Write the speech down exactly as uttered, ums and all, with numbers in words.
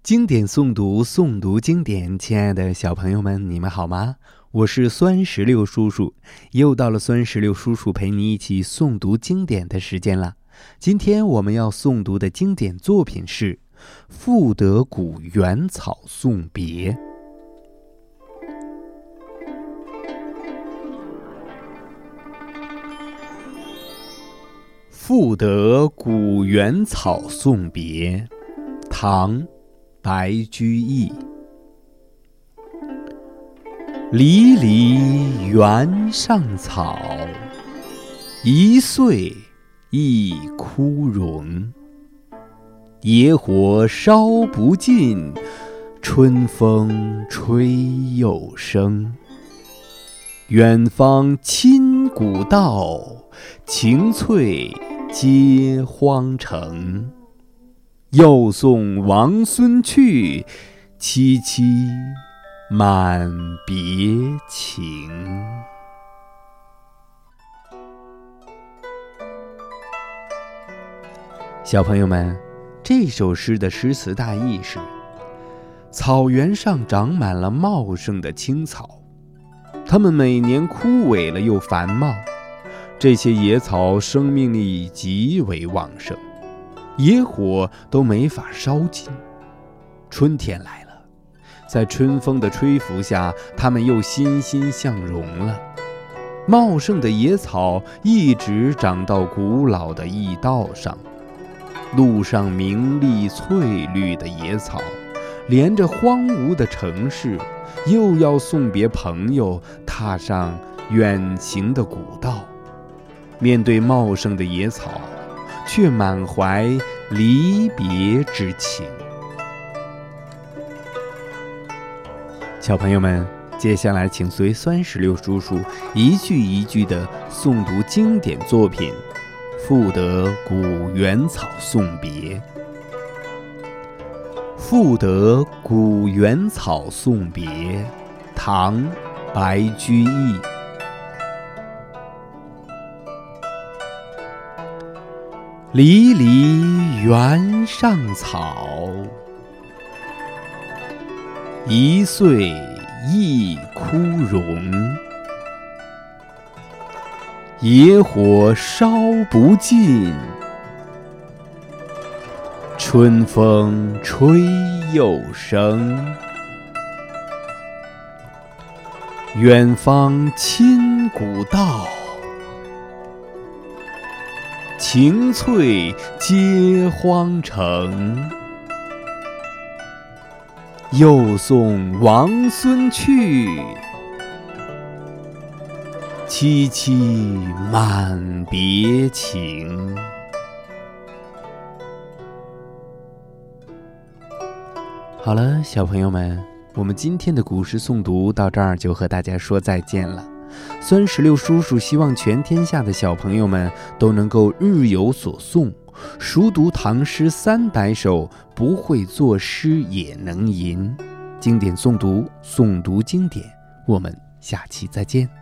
经典诵读，诵读经典。亲爱的小朋友们，你们好吗？我是酸石榴叔叔，又到了酸石榴叔叔陪你一起诵读经典的时间了。今天我们要诵读的经典作品是《赋得古原草送别》。赋得古原草送别，唐·白居易。离离原上草，一岁一枯荣。野火烧不尽，春风吹又生。远方侵古道，晴翠接荒城。又送王孙去，萋萋满别情。小朋友们，这首诗的诗词大意是：草原上长满了茂盛的青草，它们每年枯萎了又繁茂，这些野草生命力极为旺盛，野火都没法烧尽。春天来了，在春风的吹拂下，它们又欣欣向荣了。茂盛的野草一直长到古老的驿道上，路上明丽翠绿的野草连着荒芜的城市，又要送别朋友，踏上远行的古道。面对茂盛的野草，却满怀离别之情。小朋友们，接下来请随酸石榴叔叔一句一句地诵读经典作品《赋得古原草送别》。赋得古原草送别，唐·白居易。离离原上草，一岁一枯荣。野火烧不尽，春风吹又生。远方侵古道，晴翠接荒城。又送王孙去，萋萋满别情。好了，小朋友们，我们今天的古诗诵读到这儿就和大家说再见了。酸石榴叔叔希望全天下的小朋友们都能够日有所诵，熟读唐诗三百首，不会作诗也能吟。经典诵读，诵读经典，我们下期再见。